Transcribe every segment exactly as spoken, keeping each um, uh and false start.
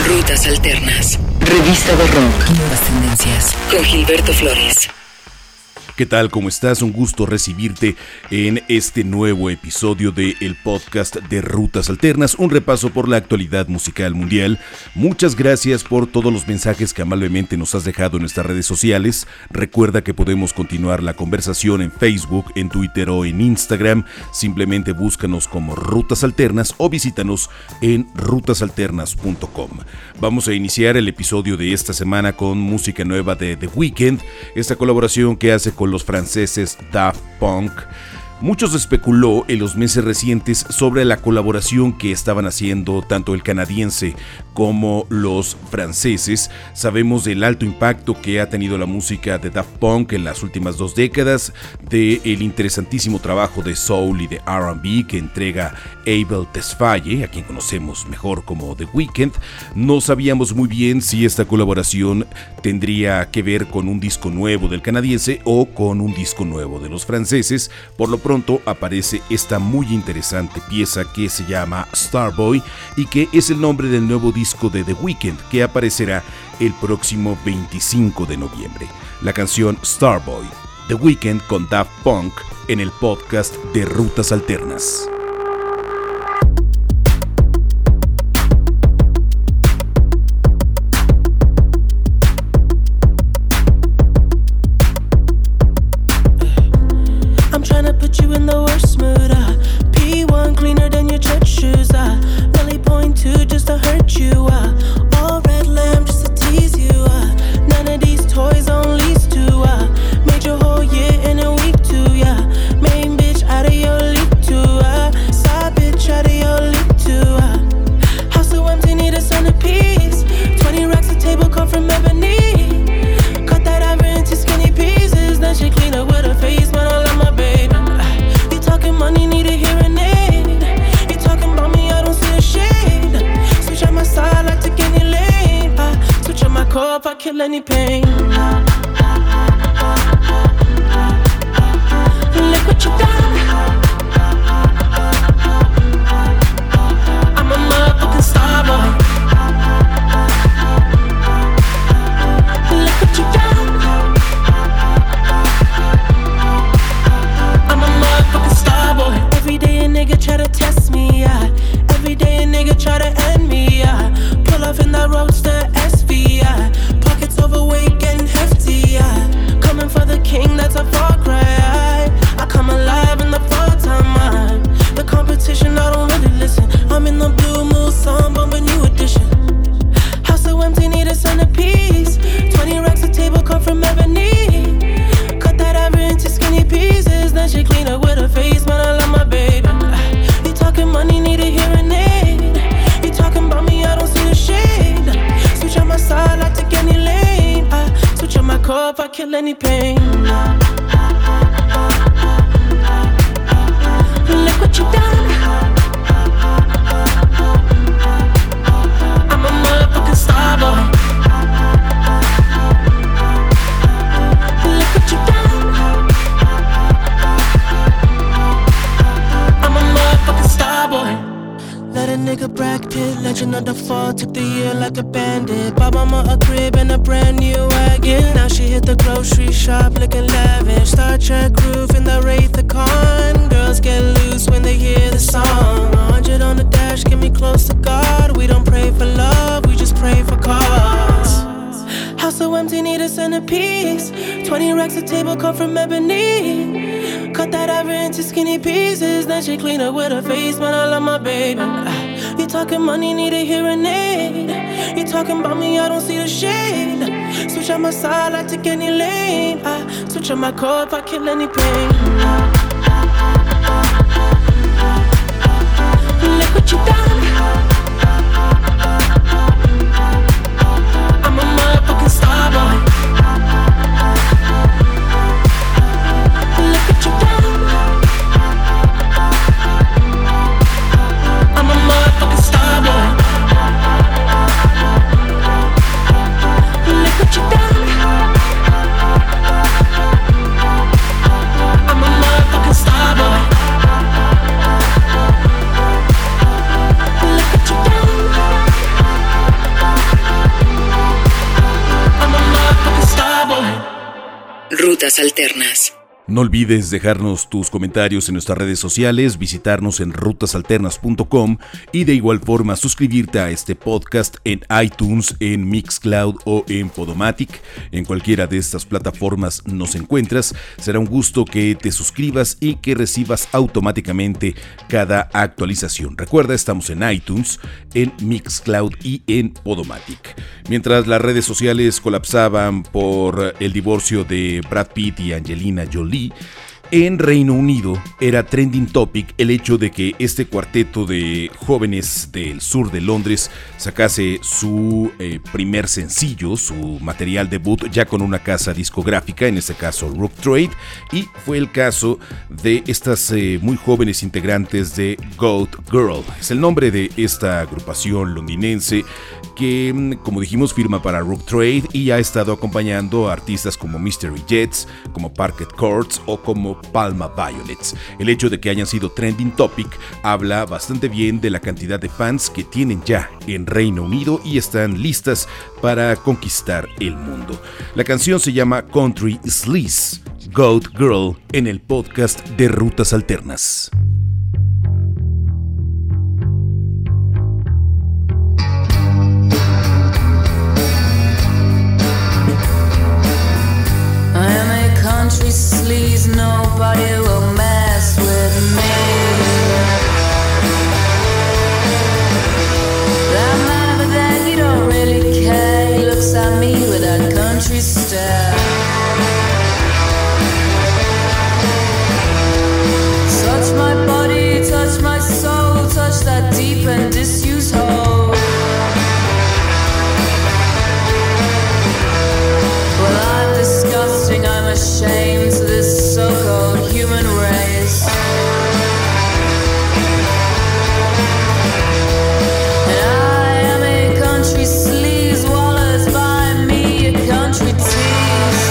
Rutas Alternas. Revista de rock. Nuevas tendencias. Con Gilberto Flores. ¿Qué tal? ¿Cómo estás? Un gusto recibirte en este nuevo episodio de el podcast de Rutas Alternas, un repaso por la actualidad musical mundial. Muchas gracias por todos los mensajes que amablemente nos has dejado en nuestras redes sociales. Recuerda que podemos continuar la conversación en Facebook, en Twitter o en Instagram. Simplemente búscanos como Rutas Alternas o visítanos en rutas alternas punto com. Vamos a iniciar el episodio de esta semana con música nueva de The Weeknd, esta colaboración que hace con los franceses Daft Punk. Muchos especuló en los meses recientes sobre la colaboración que estaban haciendo tanto el canadiense como los franceses. Sabemos del alto impacto que ha tenido la música de Daft Punk en las últimas dos décadas, del interesantísimo trabajo de soul y de R and B que entrega Abel Tesfaye, a quien conocemos mejor como The Weeknd. No sabíamos muy bien si esta colaboración tendría que ver con un disco nuevo del canadiense o con un disco nuevo de los franceses. Por lo pronto aparece esta muy interesante pieza que se llama Starboy y que es el nombre del nuevo disco de The Weeknd, que aparecerá el próximo veinticinco de noviembre. La canción Starboy, The Weeknd con Daft Punk, en el podcast de Rutas Alternas. Kill any pain. Look what you done. I'm a motherfucking star boy. Look what you done. I'm a motherfucking star boy. Every day a nigga try to test me, yeah. Every day a nigga try to end me, yeah. Pull off in that roadster S V, yeah. Overweight, getting hefty, yeah. Coming for the king, that's a far cry. I come alive in the fall time, man. The competition, I don't really listen. I'm in the blue mood, song, bumping new edition. House so empty, need a centerpiece. Twenty racks of table come from ebony. Cut that ever into skinny pieces. Then she clean up with her face, man, I love my baby. You talking money, need a hearing aid. You talking about me, I don't see the shade. Switch on my side, I take any lane. Switch on my cup, I kill any pain. Look what you done. I'm a motherfucking star boy. Look what you done. I'm a motherfucking star boy. Let a nigga Brad Pitt, legend of the fall, took the year like a bandit. Bought mama a crib and a brand new wagon. Now she hit the grocery shop looking lavish. Star Trek roof in the Wraith the Con. Girls get loose when they hear the song. A hundred on the dash, get me close to God. We don't pray for love, we just pray for cause. House so empty, need a centerpiece. Twenty racks of table come from ebony. Cut that ever into skinny pieces. Then she clean up with her face, man, I love my baby. You talking money, need a hearing aid. You talking about me, I don't see the shade. Switch on my side, I take any lane. I switch on my cup, I kill any pain. Look what you done. I'm a motherfucking star boy. Look what you done. I'm a motherfucking star boy. Look what you done. I'm a motherfucking star boy. Rutas Alternas. No olvides dejarnos tus comentarios en nuestras redes sociales, visitarnos en rutas alternas punto com y de igual forma suscribirte a este podcast en iTunes, en Mixcloud o en Podomatic. En cualquiera de estas plataformas nos encuentras. Será un gusto que te suscribas y que recibas automáticamente cada actualización. Recuerda, estamos en iTunes, en Mixcloud y en Podomatic. Mientras las redes sociales colapsaban por el divorcio de Brad Pitt y Angelina Jolie, en Reino Unido era trending topic el hecho de que este cuarteto de jóvenes del sur de Londres sacase su eh, primer sencillo, su material debut, ya con una casa discográfica, en este caso Rough Trade, y fue el caso de estas eh, muy jóvenes integrantes de Goat Girl. Es el nombre de esta agrupación londinense que, como dijimos, firma para Rough Trade y ha estado acompañando a artistas como Mystery Jets, como Parquet Courts o como Palma Violets. El hecho de que hayan sido trending topic habla bastante bien de la cantidad de fans que tienen ya en Reino Unido y están listas para conquistar el mundo. La canción se llama Country Sleaze, Goat Girl, en el podcast de Rutas Alternas. Country sleaze, nobody will mess with me. That man over there, he don't really care. He looks at me with that country stare. Touch my body, touch my soul, touch that deep and disused hole. Well, I'm disgusting, I'm ashamed to this so-called human race. And I am a country sleaze, swallows by me a country tease.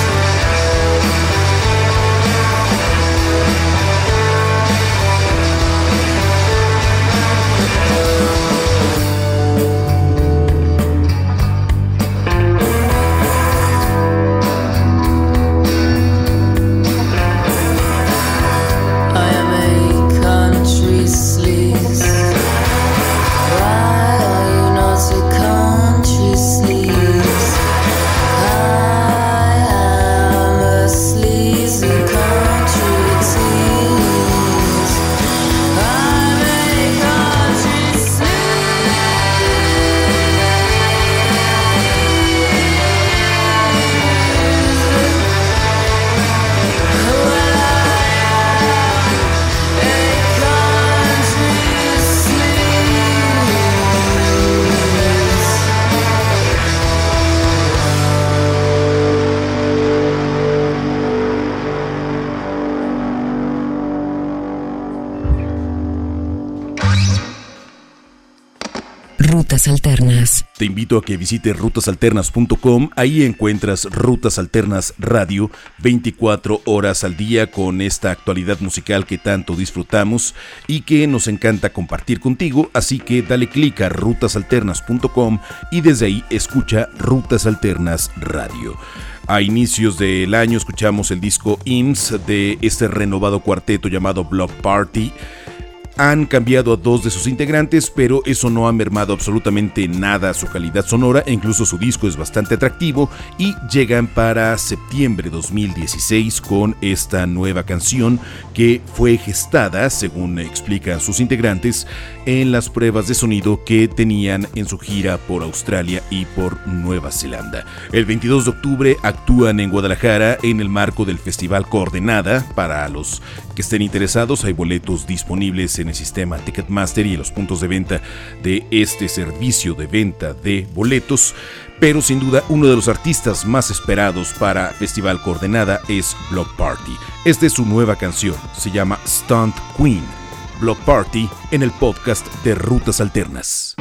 Rutas Alternas. Te invito a que visites rutas alternas punto com. Ahí encuentras Rutas Alternas Radio, veinticuatro horas al día, con esta actualidad musical que tanto disfrutamos y que nos encanta compartir contigo. Así que dale clic a rutas alternas punto com y desde ahí escucha Rutas Alternas Radio. A inicios del año escuchamos el disco I M S S de este renovado cuarteto llamado Block Party. Han cambiado a dos de sus integrantes, pero eso no ha mermado absolutamente nada a su calidad sonora e incluso su disco es bastante atractivo, y llegan para septiembre de dos mil dieciséis con esta nueva canción que fue gestada, según explican sus integrantes, en las pruebas de sonido que tenían en su gira por Australia y por Nueva Zelanda. El veintidós de octubre actúan en Guadalajara en el marco del Festival Coordenada. Para los que estén interesados, hay boletos disponibles en el sistema Ticketmaster y en los puntos de venta de este servicio de venta de boletos. Pero sin duda uno de los artistas más esperados para Festival Coordenada es Block Party. Esta es su nueva canción, se llama Stunt Queen. Block Party en el podcast de Rutas Alternas.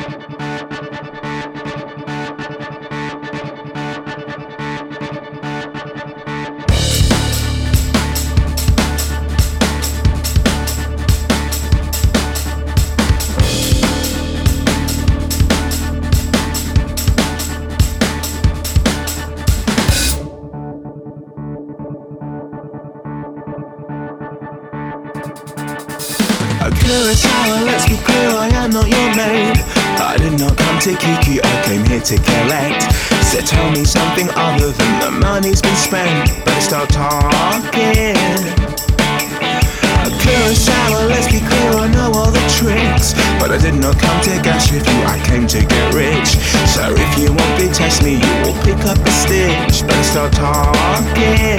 to Kiki, I came here to collect. Said tell me something other than the money's been spent. Better start talking. Clear and sour, let's be clear, I know all the tricks. But I did not come to gash with you, I came to get rich. So if you won't be test me, you will pick up a stitch. Better start talking.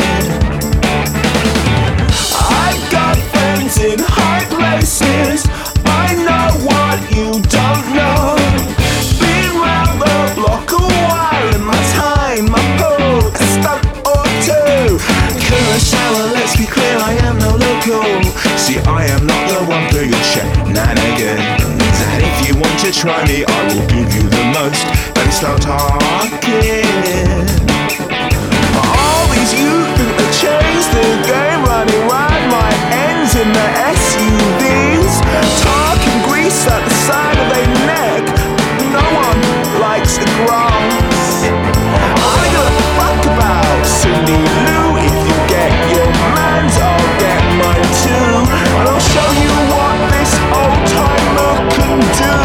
I got friends in high places, I know what you don't know. Been round the block a while in my time, I pulled a stunt or two. Clear and sour, let's be clear, I am no local. See, I am not the one for your shenanigans. And if you want to try me, I will give you the most. Better start talking. All these youth think they changed the game, running round my ends in the S U Vs, talking grease at the side of their neck. No one likes the grass. I don't give a fuck about Cindy Lou. If you get your mans, I'll get mine too. And I'll show you what this old timer can do.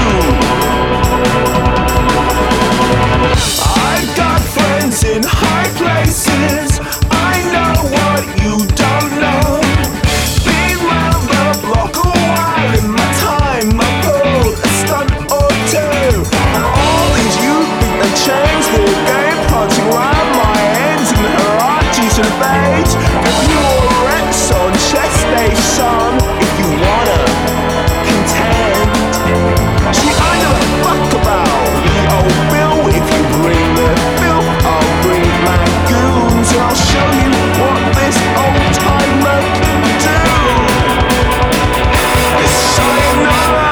I've got friends in high places, I know what you don't know. Been round the block a while in my time, I pulled a stunt or two. And all these youth think they changed the game, punching round my ends in Hirachis and fades. Give you a Rex on chest day, son, if you wanna contend. See, I know a fuck about the old Bill. If you bring the filth, I'll bring my goons. And I'll show you what this old timer can do. It's sayonara.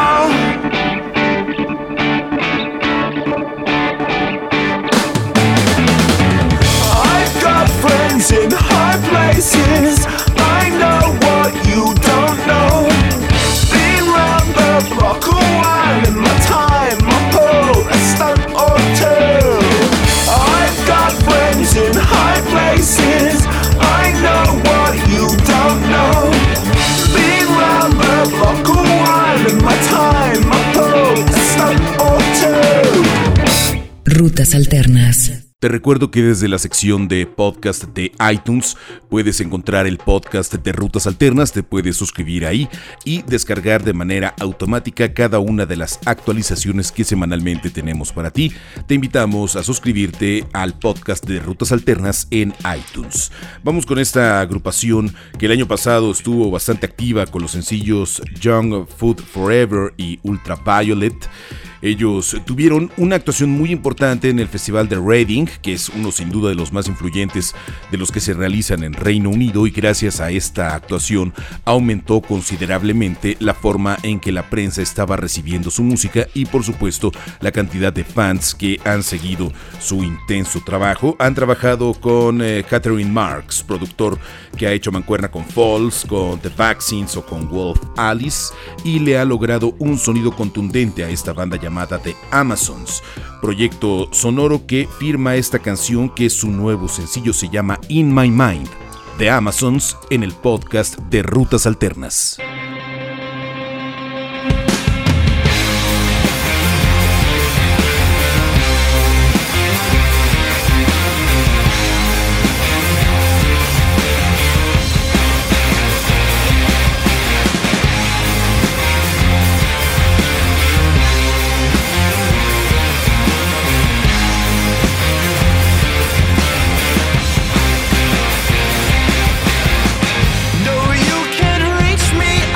I've got friends in high places, I know what you don't know. Been round the block a while in my time, I pulled a stunt or two. I've got friends in high places, I know what you don't know. Been round the block a while in my time, I pulled a stunt or two. Rutas Alternas. Te recuerdo que desde la sección de podcast de iTunes puedes encontrar el podcast de Rutas Alternas, te puedes suscribir ahí y descargar de manera automática cada una de las actualizaciones que semanalmente tenemos para ti. Te invitamos a suscribirte al podcast de Rutas Alternas en iTunes. Vamos con esta agrupación que el año pasado estuvo bastante activa con los sencillos Young Food Forever y Ultraviolet. Ellos tuvieron una actuación muy importante en el Festival de Reading, que es uno sin duda de los más influyentes de los que se realizan en Reino Unido, y gracias a esta actuación aumentó considerablemente la forma en que la prensa estaba recibiendo su música y por supuesto la cantidad de fans que han seguido su intenso trabajo. Han trabajado con eh, Catherine Marks, productor que ha hecho mancuerna con Falls, con The Vaccines o con Wolf Alice, y le ha logrado un sonido contundente a esta banda llamada The Amazons, proyecto sonoro que firma esta canción, que su nuevo sencillo se llama In My Mind. The Amazons en el podcast de Rutas Alternas. No, you can't reach me.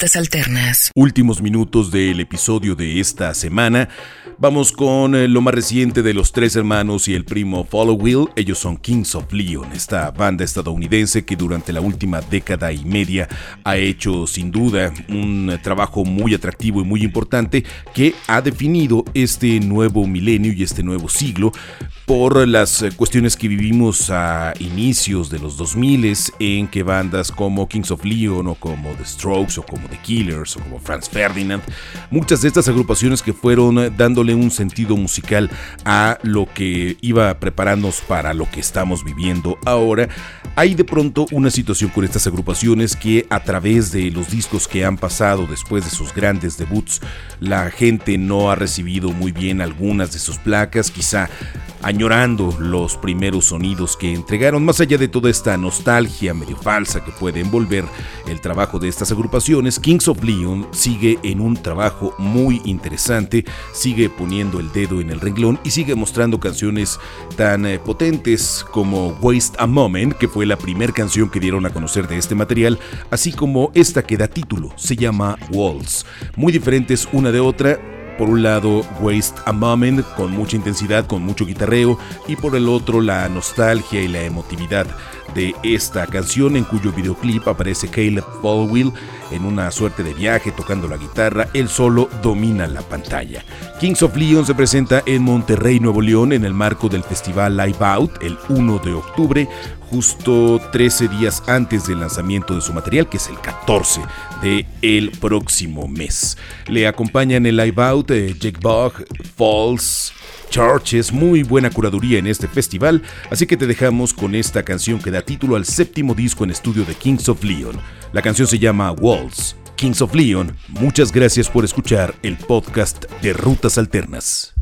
Rutas Alternas. Últimos minutos del episodio de esta semana. Vamos con eh, lo más reciente de los tres hermanos y el primo Follow Will. Ellos son Kings of Leon, esta banda estadounidense que durante la última década y media ha hecho sin duda un trabajo muy atractivo y muy importante que ha definido este nuevo milenio y este nuevo siglo por las cuestiones que vivimos a inicios de los dos mil, en que bandas como Kings of Leon o como The Strokes o como The Killers o como Franz Ferdinand, muchas de estas agrupaciones que fueron dándole un sentido musical a lo que iba a prepararnos para lo que estamos viviendo ahora. Hay de pronto una situación con estas agrupaciones que a través de los discos que han pasado después de sus grandes debuts, la gente no ha recibido muy bien algunas de sus placas, quizá añorando los primeros sonidos que entregaron, más allá de toda esta nostalgia medio falsa que puede envolver el trabajo de estas agrupaciones. Kings of Leon sigue en un trabajo muy interesante, sigue poniendo el dedo en el renglón y sigue mostrando canciones tan eh, potentes como Waste a Moment, que fue la primera canción que dieron a conocer de este material, así como esta que da título, se llama Walls, muy diferentes una de otra. Por un lado, Waste a Moment, con mucha intensidad, con mucho guitarreo, y por el otro, la nostalgia y la emotividad de esta canción, en cuyo videoclip aparece Caleb Followill en una suerte de viaje tocando la guitarra. Él solo domina la pantalla. Kings of Leon se presenta en Monterrey, Nuevo León, en el marco del festival Live Out el uno de octubre, justo trece días antes del lanzamiento de su material, que es el catorce de el próximo mes. Le acompañan en Live Out eh, Jake Bugg, Falls, Churches, muy buena curaduría en este festival, así que te dejamos con esta canción que da título al séptimo disco en estudio de Kings of Leon. La canción se llama Walls. Kings of Leon, muchas gracias por escuchar el podcast de Rutas Alternas.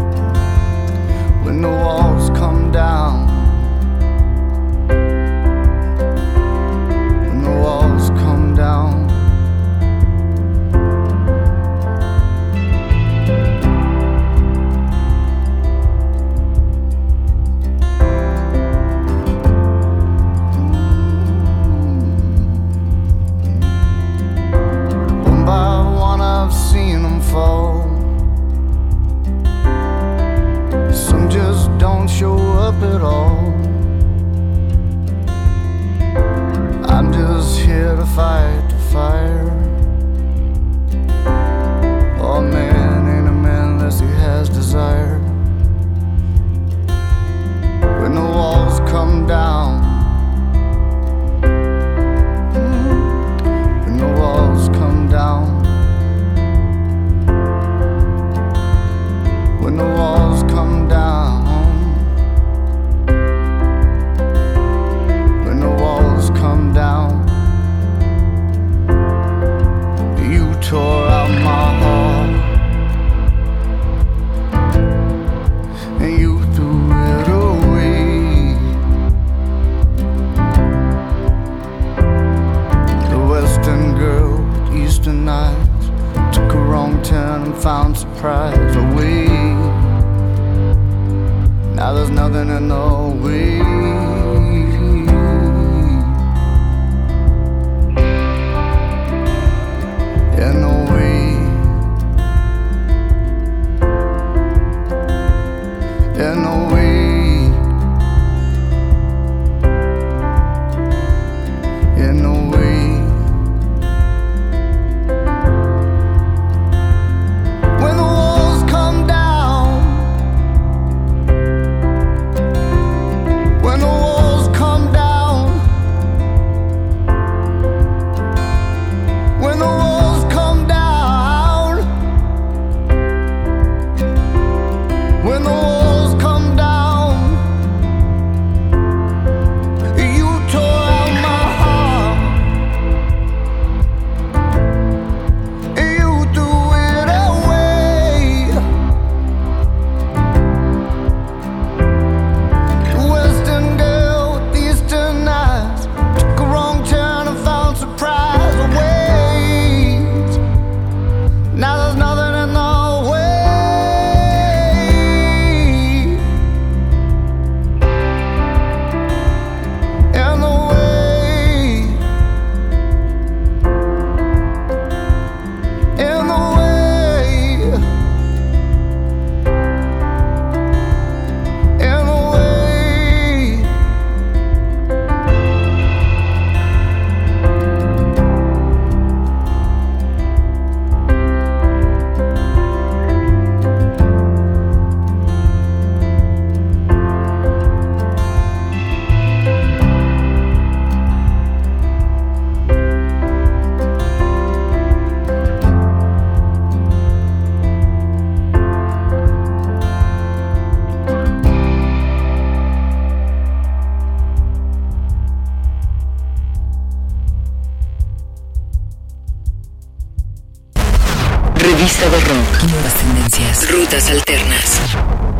When the walls come down, surprise away. Now there's nothing in the way. In the way. In the way. In the way. When the walls come down, when the walls come down, when the walls come down, when the walls come down, you tore out my heart, you threw it away. Western girl with Eastern eyes took a wrong turn and found surprise awaits. Now there's nothing in the way. In the way. In the way. In the way. Revista de rock. Nuevas tendencias. Rutas alternas.